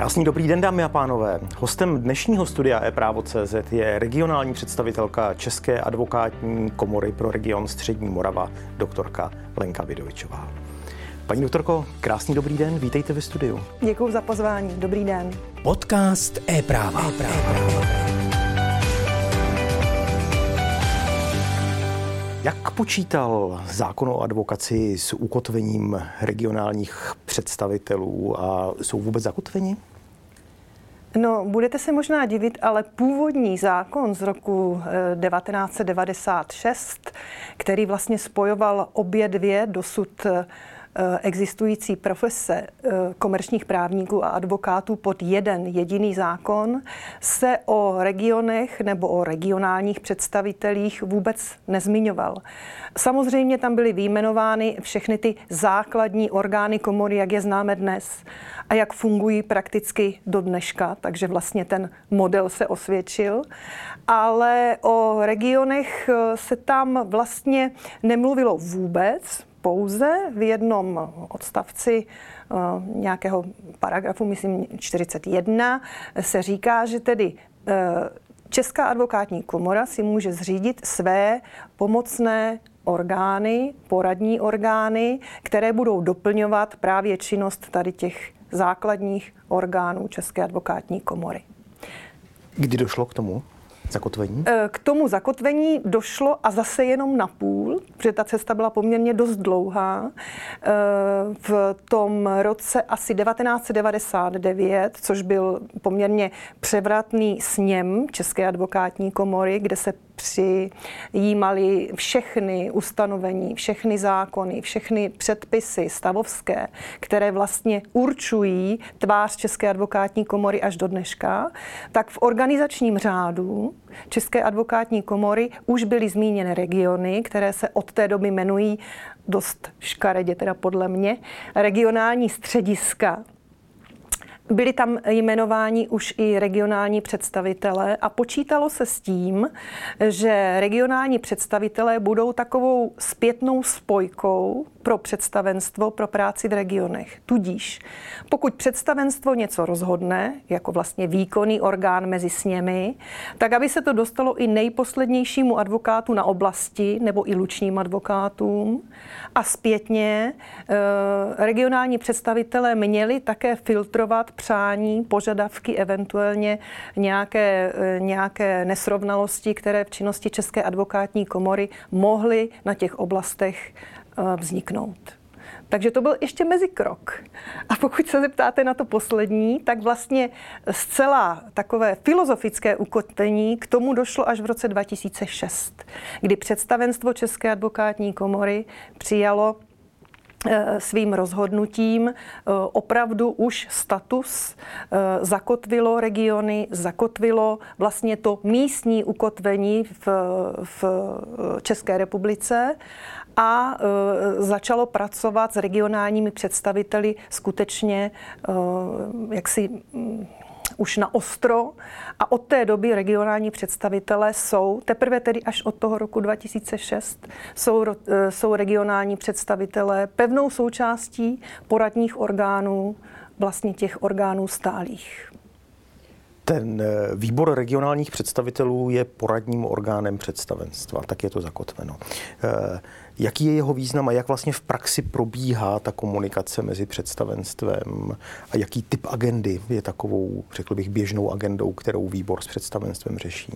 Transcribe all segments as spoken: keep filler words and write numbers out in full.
Krásný dobrý den, dámy a pánové. Hostem dnešního studia ePrávo tečka cé zet je regionální představitelka České advokátní komory pro region Střední Morava, doktorka Lenka Vidovičová. Paní doktorko, krásný dobrý den, vítejte ve studiu. Děkuji za pozvání, dobrý den. Podcast ePráva. Jak počítal zákon o advokaci s ukotvením regionálních představitelů a jsou vůbec zakotveni? No, budete se možná divit, ale původní zákon z roku devatenáct set devadesát šest, který vlastně spojoval obě dvě dosud existující profese komerčních právníků a advokátů pod jeden jediný zákon, se o regionech nebo o regionálních představitelích vůbec nezmiňoval. Samozřejmě tam byly vyjmenovány všechny ty základní orgány komory, jak je známe dnes a jak fungují prakticky do dneška, takže vlastně ten model se osvědčil. Ale o regionech se tam vlastně nemluvilo vůbec, pouze v jednom odstavci uh, nějakého paragrafu, myslím čtyřicet jedna, se říká, že tedy uh, Česká advokátní komora si může zřídit své pomocné orgány, poradní orgány, které budou doplňovat právě činnost tady těch základních orgánů České advokátní komory. Kdy došlo k tomu zakotvení? K tomu zakotvení došlo a zase jenom na půl, protože ta cesta byla poměrně dost dlouhá. V tom roce asi devatenáct set devadesát devět, což byl poměrně převratný sněm České advokátní komory, kde se přijímaly všechny ustanovení, všechny zákony, všechny předpisy stavovské, které vlastně určují tvář České advokátní komory až do dneška, tak v organizačním řádu České advokátní komory už byly zmíněny regiony, které se od té doby jmenují dost škaredě, teda podle mě, regionální střediska. Byli tam jmenováni už i regionální představitelé a počítalo se s tím, že regionální představitelé budou takovou zpětnou spojkou pro představenstvo pro práci v regionech. Tudíž, pokud představenstvo něco rozhodne, jako vlastně výkonný orgán mezi sněmy, tak aby se to dostalo i nejposlednějšímu advokátu na oblasti nebo i lučním advokátům a zpětně e, regionální představitelé měli také filtrovat přání, požadavky, eventuálně nějaké, nějaké nesrovnalosti, které v činnosti České advokátní komory mohly na těch oblastech vzniknout. Takže to byl ještě mezikrok. A pokud se zeptáte na to poslední, tak vlastně zcela takové filozofické ukotvení k tomu došlo až v roce dva tisíce šest, kdy představenstvo České advokátní komory přijalo svým rozhodnutím opravdu už status, zakotvilo regiony, zakotvilo vlastně to místní ukotvení v, v České republice a začalo pracovat s regionálními představiteli skutečně jaksi už na ostro a od té doby regionální představitelé jsou, teprve tedy až od toho roku dva tisíce šest, jsou, jsou regionální představitelé pevnou součástí poradních orgánů, vlastně těch orgánů stálých. Ten výbor regionálních představitelů je poradním orgánem představenstva, tak je to zakotveno. Jaký je jeho význam a jak vlastně v praxi probíhá ta komunikace mezi představenstvem a jaký typ agendy je takovou, řekl bych, běžnou agendou, kterou výbor s představenstvem řeší?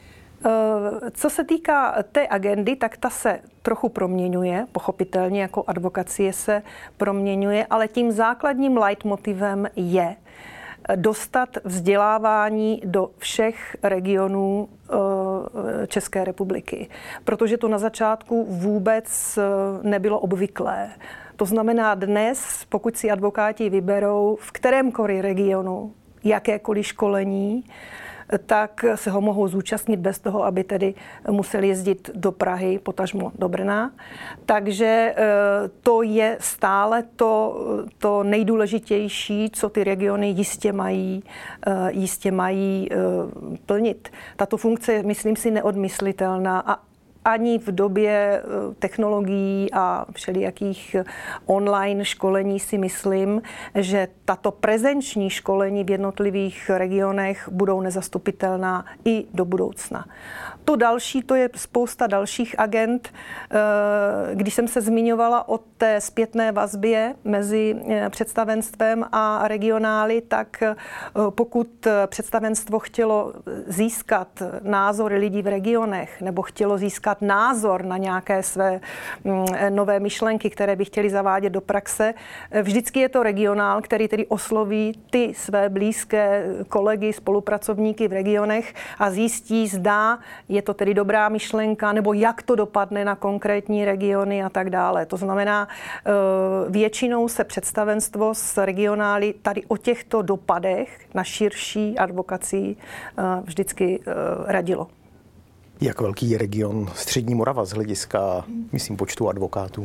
Co se týká té agendy, tak ta se trochu proměňuje, pochopitelně jako advokacie se proměňuje, ale tím základním leitmotivem je dostat vzdělávání do všech regionů České republiky, protože to na začátku vůbec nebylo obvyklé. To znamená dnes, pokud si advokáti vyberou v kterémkoliv regionu jakékoliv školení, tak se ho mohou zúčastnit bez toho, aby tedy museli jezdit do Prahy, potažmo do Brna. Takže to je stále to, to nejdůležitější, co ty regiony jistě mají, jistě mají plnit. Tato funkce je, myslím si, neodmyslitelná a ani v době technologií a všelijakých online školení si myslím, že tato prezenční školení v jednotlivých regionech budou nezastupitelná i do budoucna. To další, to je spousta dalších agend. Když jsem se zmiňovala o té zpětné vazbě mezi představenstvem a regionály, tak pokud představenstvo chtělo získat názory lidí v regionech nebo chtělo získat názor na nějaké své nové myšlenky, které by chtěli zavádět do praxe, vždycky je to regionál, který tedy osloví ty své blízké kolegy, spolupracovníky v regionech a zjistí, zda je to tedy dobrá myšlenka, nebo jak to dopadne na konkrétní regiony a tak dále. To znamená, většinou se představenstvo s regionály tady o těchto dopadech na širší advokaci vždycky radilo. Jak velký je region Střední Morava z hlediska, myslím, počtu advokátů?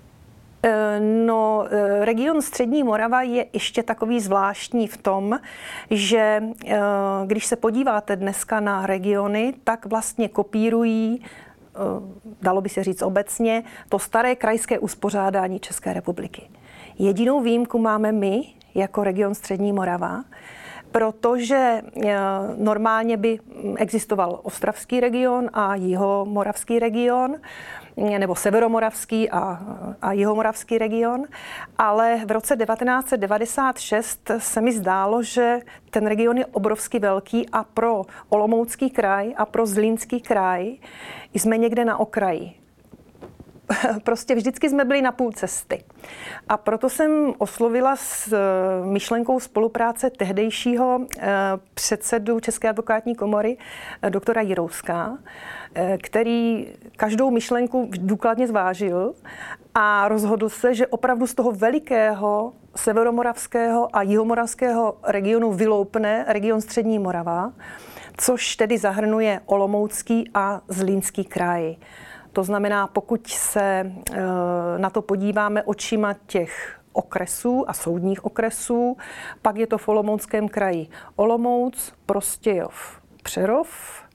No, region Střední Morava je ještě takový zvláštní v tom, že když se podíváte dneska na regiony, tak vlastně kopírují, dalo by se říct obecně, to staré krajské uspořádání České republiky. Jedinou výjimku máme my, jako region Střední Morava, protože normálně by existoval ostravský region a jihomoravský region, nebo severomoravský a, a jihomoravský region, ale v roce devatenáct set devadesát šest se mi zdálo, že ten region je obrovsky velký a pro Olomoucký kraj a pro Zlínský kraj jsme někde na okraji. Prostě vždycky jsme byli na půl cesty. A proto jsem oslovila s myšlenkou spolupráce tehdejšího předsedu České advokátní komory, doktora Jirouska, který každou myšlenku důkladně zvážil a rozhodl se, že opravdu z toho velikého severomoravského a jihomoravského regionu vyloupne region Střední Morava, což tedy zahrnuje Olomoucký a Zlínský kraj. To znamená, pokud se na to podíváme očima těch okresů a soudních okresů, pak je to v Olomouckém kraji Olomouc, Prostějov, Přerov.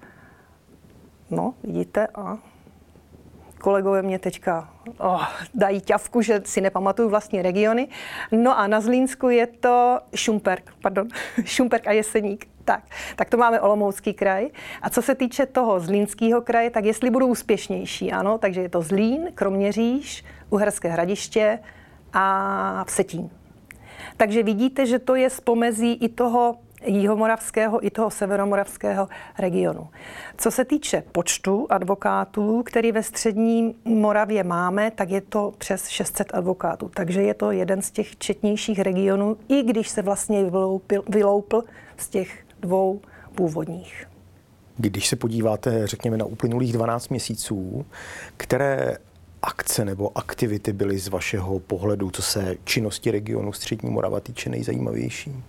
No, vidíte, a kolegové mě teďka oh, dají ťavku, že si nepamatuju vlastně regiony. No a na Zlínsku je to Šumperk, pardon, Šumperk a Jeseník. Tak, tak to máme Olomoucký kraj. A co se týče toho Zlínského kraje, tak jestli budou úspěšnější, ano, takže je to Zlín, Kroměříž, Uherské Hradiště a Vsetín. Takže vidíte, že to je z pomezí i toho jihomoravského, i toho severomoravského regionu. Co se týče počtu advokátů, který ve Střední Moravě máme, tak je to přes šest set advokátů. Takže je to jeden z těch četnějších regionů, i když se vlastně vyloupil, vyloupil z těch dvou původních. Když se podíváte, řekněme, na uplynulých dvanáct měsíců, které akce nebo aktivity byly z vašeho pohledu, co se činnosti regionu Střední Morava týče, nejzajímavější?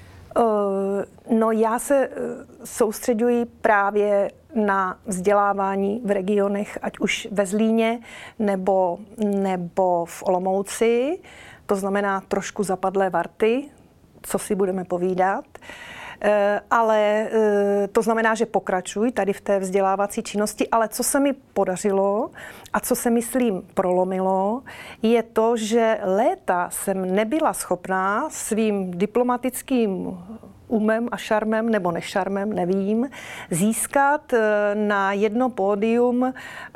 No, já se soustřeďuji právě na vzdělávání v regionech, ať už ve Zlíně nebo, nebo v Olomouci. To znamená trošku zapadlé varty, co si budeme povídat. Ale to znamená, že pokračuji tady v té vzdělávací činnosti, ale co se mi podařilo a co se, myslím, prolomilo, je to, že léta jsem nebyla schopná svým diplomatickým umem a šarmem nebo nešarmem, nevím, získat na jedno pódium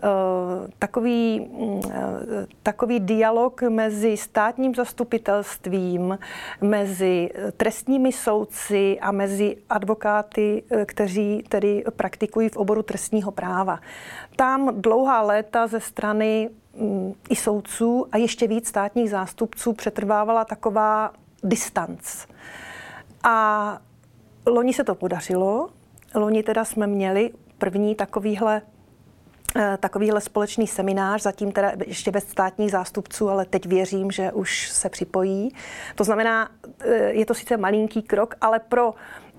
takový, takový dialog mezi státním zastupitelstvím, mezi trestními soudci a mezi advokáty, kteří tedy praktikují v oboru trestního práva. Tam dlouhá léta ze strany i soudců a ještě víc státních zástupců přetrvávala taková distanc. A loni se to podařilo. Loni teda jsme měli první takovýhle, takovýhle společný seminář, zatím teda ještě bez státních zástupců, ale teď věřím, že už se připojí. To znamená, je to sice malinký krok, ale pro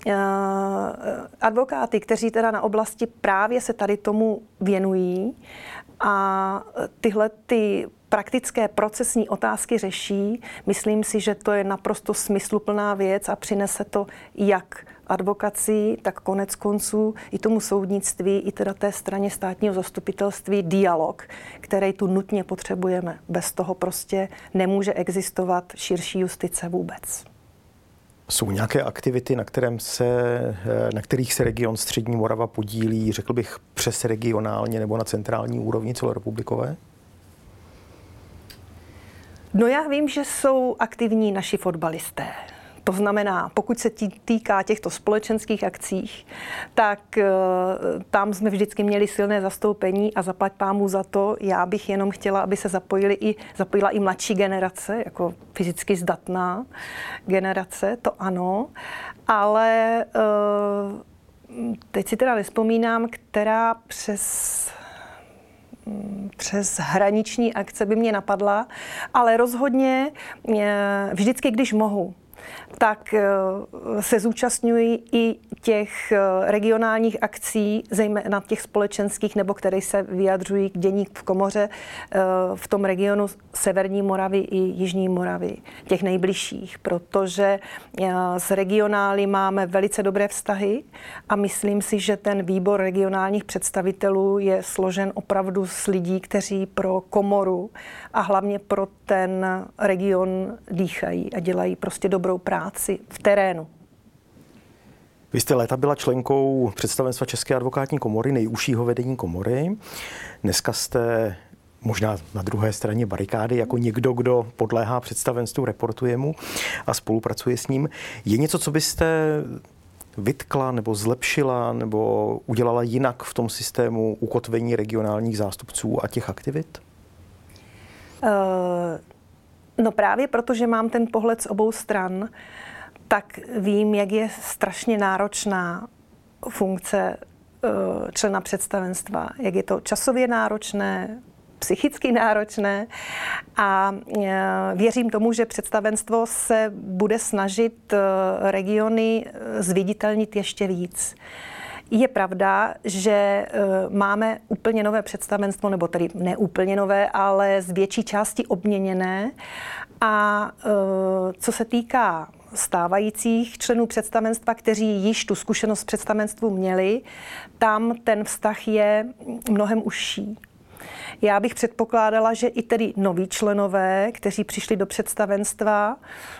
advokáty, kteří teda na oblasti právě se tady tomu věnují a tyhle ty praktické procesní otázky řeší, myslím si, že to je naprosto smysluplná věc a přinese to jak advokací, tak konec konců i tomu soudnictví, i teda té straně státního zastupitelství dialog, který tu nutně potřebujeme. Bez toho prostě nemůže existovat širší justice vůbec. Jsou nějaké aktivity, na, kterém se, na kterých se region Střední Morava podílí, řekl bych, přes regionálně nebo na centrální úrovni celorepublikové? No já vím, že jsou aktivní naši fotbalisté. To znamená, pokud se týká těchto společenských akcích, tak uh, tam jsme vždycky měli silné zastoupení a zaplať pámu za to. Já bych jenom chtěla, aby se zapojili i, zapojila i mladší generace, jako fyzicky zdatná generace, to ano. Ale uh, teď si teda nevzpomínám, která přes... přes hraniční akce by mě napadla, ale rozhodně vždycky, když mohu, tak se zúčastňuji i těch regionálních akcí, zejména těch společenských, nebo které se vyjadřují k dění v komoře v tom regionu Severní Moravy i Jižní Moravy, těch nejbližších, protože s regionály máme velice dobré vztahy a myslím si, že ten výbor regionálních představitelů je složen opravdu z lidí, kteří pro komoru a hlavně pro ten region dýchají a dělají prostě dobrou práci v terénu. Vy jste léta byla členkou představenstva České advokátní komory, nejužšího vedení komory. Dneska jste možná na druhé straně barikády jako někdo, kdo podléhá představenstvu, reportuje mu a spolupracuje s ním. Je něco, co byste vytkla nebo zlepšila nebo udělala jinak v tom systému ukotvení regionálních zástupců a těch aktivit? Uh, no právě proto, že mám ten pohled z obou stran, tak vím, jak je strašně náročná funkce člena představenstva, jak je to časově náročné, psychicky náročné a věřím tomu, že představenstvo se bude snažit regiony zviditelnit ještě víc. Je pravda, že máme úplně nové představenstvo, nebo tedy ne úplně nové, ale z větší části obměněné. A co se týká stávajících členů představenstva, kteří již tu zkušenost představenstvu měli, tam ten vztah je mnohem užší. Já bych předpokládala, že i tedy noví členové, kteří přišli do představenstva,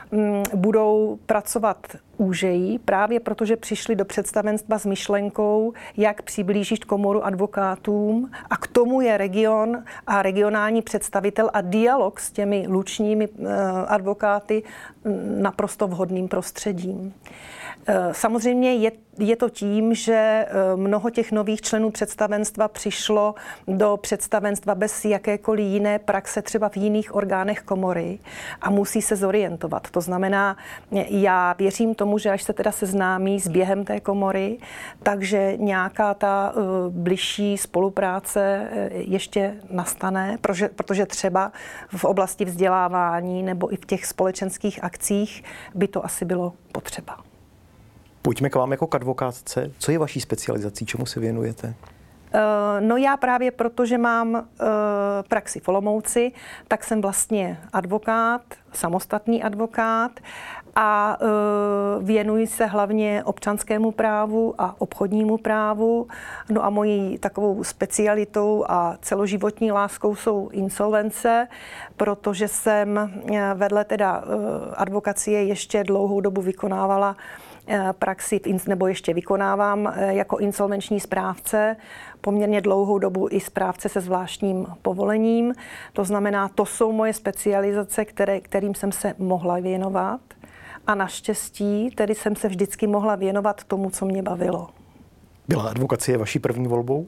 budou pracovat úžeji, právě protože přišli do představenstva s myšlenkou, jak přiblížit komoru advokátům, a k tomu je region a regionální představitel a dialog s těmi lučními advokáty naprosto vhodným prostředím. Samozřejmě je, je to tím, že mnoho těch nových členů představenstva přišlo do představenstva bez jakékoliv jiné praxe, třeba v jiných orgánech komory, a musí se zorientovat. To znamená, já věřím tomu, že až se teda seznámí s během té komory, takže nějaká ta bližší spolupráce ještě nastane, protože, protože třeba v oblasti vzdělávání nebo i v těch společenských akcích by to asi bylo potřeba. Pojďme k vám jako k advokátce. Co je vaší specializací? Čemu se věnujete? No já právě proto, že mám praxi v Olomouci, tak jsem vlastně advokát, samostatný advokát a věnuji se hlavně občanskému právu a obchodnímu právu. No a mojí takovou specialitou a celoživotní láskou jsou insolvence, protože jsem vedle teda advokacie ještě dlouhou dobu vykonávala praxi, nebo ještě vykonávám jako insolvenční správce, poměrně dlouhou dobu i správce se zvláštním povolením. To znamená, to jsou moje specializace, které, kterým jsem se mohla věnovat. A naštěstí tedy jsem se vždycky mohla věnovat tomu, co mě bavilo. Byla advokacie vaší první volbou?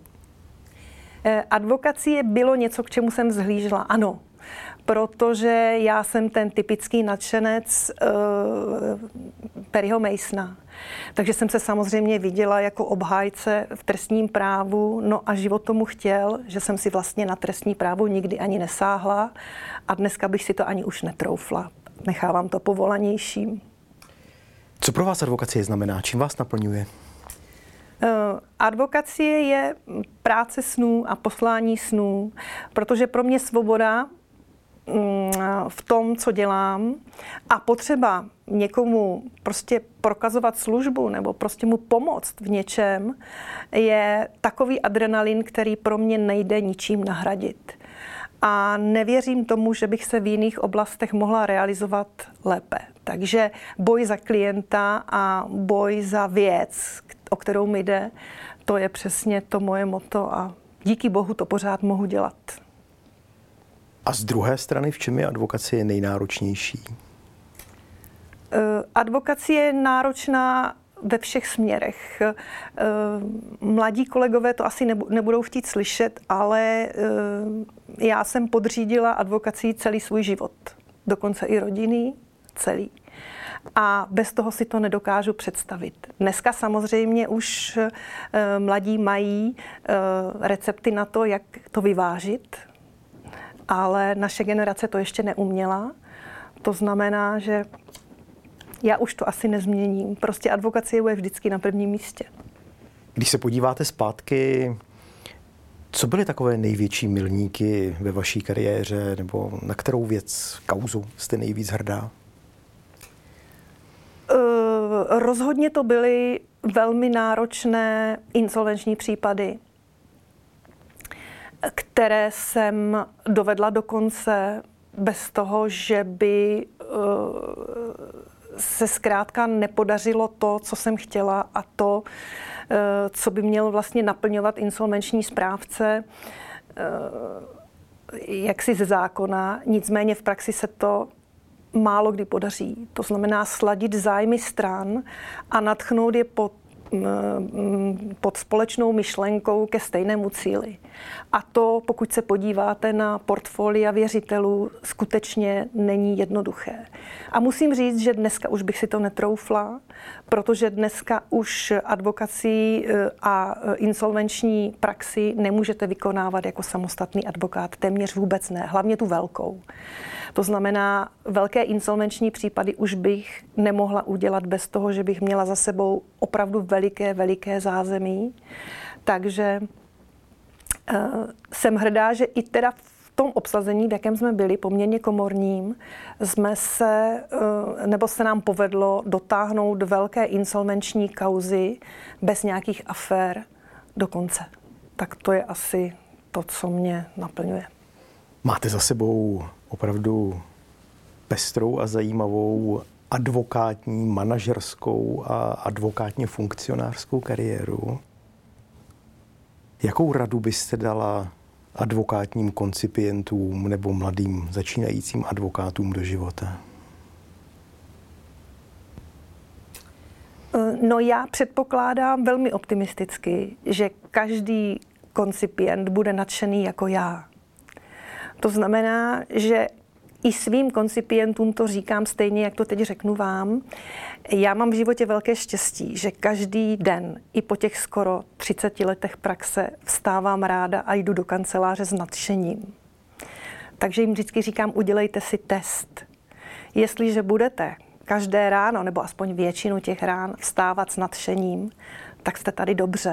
Advokacie bylo něco, k čemu jsem vzhlížela, ano. Protože já jsem ten typický nadšenec uh, Perryho Masona. Takže jsem se samozřejmě viděla jako obhájce v trestním právu, no a život tomu chtěl, že jsem si vlastně na trestní právo nikdy ani nesáhla a dneska bych si to ani už netroufla. Nechávám to povolanějším. Co pro vás advokacie znamená? Čím vás naplňuje? Uh, advokacie je práce snů a poslání snů, protože pro mě svoboda v tom, co dělám, a potřeba někomu prostě prokazovat službu nebo prostě mu pomoct v něčem, je takový adrenalin, který pro mě nejde ničím nahradit. A nevěřím tomu, že bych se v jiných oblastech mohla realizovat lépe. Takže boj za klienta a boj za věc, o kterou mi jde, to je přesně to moje motto a díky bohu to pořád mohu dělat. A z druhé strany, v čem je advokacie nejnáročnější? Advokacie je náročná ve všech směrech. Mladí kolegové to asi nebudou chtít slyšet, ale já jsem podřídila advokacii celý svůj život. Dokonce i rodinný, celý. A bez toho si to nedokážu představit. Dneska samozřejmě už mladí mají recepty na to, jak to vyvážit, ale naše generace to ještě neuměla. To znamená, že já už to asi nezměním. Prostě advokacie bude vždycky na prvním místě. Když se podíváte zpátky, co byly takové největší milníky ve vaší kariéře, nebo na kterou věc, kauzu jste nejvíc hrdá? Uh, rozhodně to byly velmi náročné insolvenční případy, které jsem dovedla do konce bez toho, že by uh, se zkrátka nepodařilo to, co jsem chtěla, a to, uh, co by měl vlastně naplňovat insolvenční správce, uh, jaksi ze zákona. Nicméně v praxi se to málo kdy podaří. To znamená sladit zájmy stran a nadchnout je pod pod společnou myšlenkou ke stejnému cíli. A to, pokud se podíváte na portfolia věřitelů, skutečně není jednoduché. A musím říct, že dneska už bych si to netroufla, protože dneska už advokací a insolvenční praxi nemůžete vykonávat jako samostatný advokát. Téměř vůbec ne, hlavně tu velkou. To znamená, velké insolvenční případy už bych nemohla udělat bez toho, že bych měla za sebou opravdu veliké, veliké zázemí. Takže uh, jsem hrdá, že i teda v tom obsazení, v jakém jsme byli, poměrně komorním, jsme se, uh, nebo se nám povedlo dotáhnout velké insolvenční kauzy bez nějakých afér do konce. Tak to je asi to, co mě naplňuje. Máte za sebou opravdu pestrou a zajímavou advokátní, manažerskou a advokátně funkcionářskou kariéru. Jakou radu byste dala advokátním koncipientům nebo mladým začínajícím advokátům do života? No, já předpokládám velmi optimisticky, že každý koncipient bude nadšený jako já. To znamená, že i svým koncipientům to říkám stejně, jak to teď řeknu vám. Já mám v životě velké štěstí, že každý den, i po těch skoro třiceti letech praxe, vstávám ráda a jdu do kanceláře s nadšením. Takže jim vždycky říkám, udělejte si test. Jestliže budete každé ráno, nebo aspoň většinu těch rán, vstávat s nadšením, tak jste tady dobře.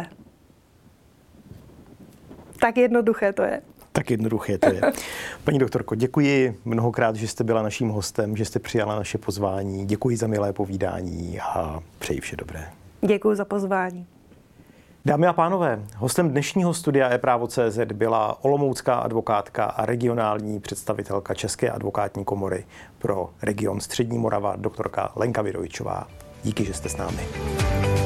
Tak jednoduché to je. Tak jednoduché to je. Paní doktorko, děkuji mnohokrát, že jste byla naším hostem, že jste přijala naše pozvání. Děkuji za milé povídání a přeji vše dobré. Děkuji za pozvání. Dámy a pánové, hostem dnešního studia ePrávo tečka cé zet byla olomoucká advokátka a regionální představitelka České advokátní komory pro region Střední Morava, doktorka Lenka Vidovičová. Díky, že jste s námi.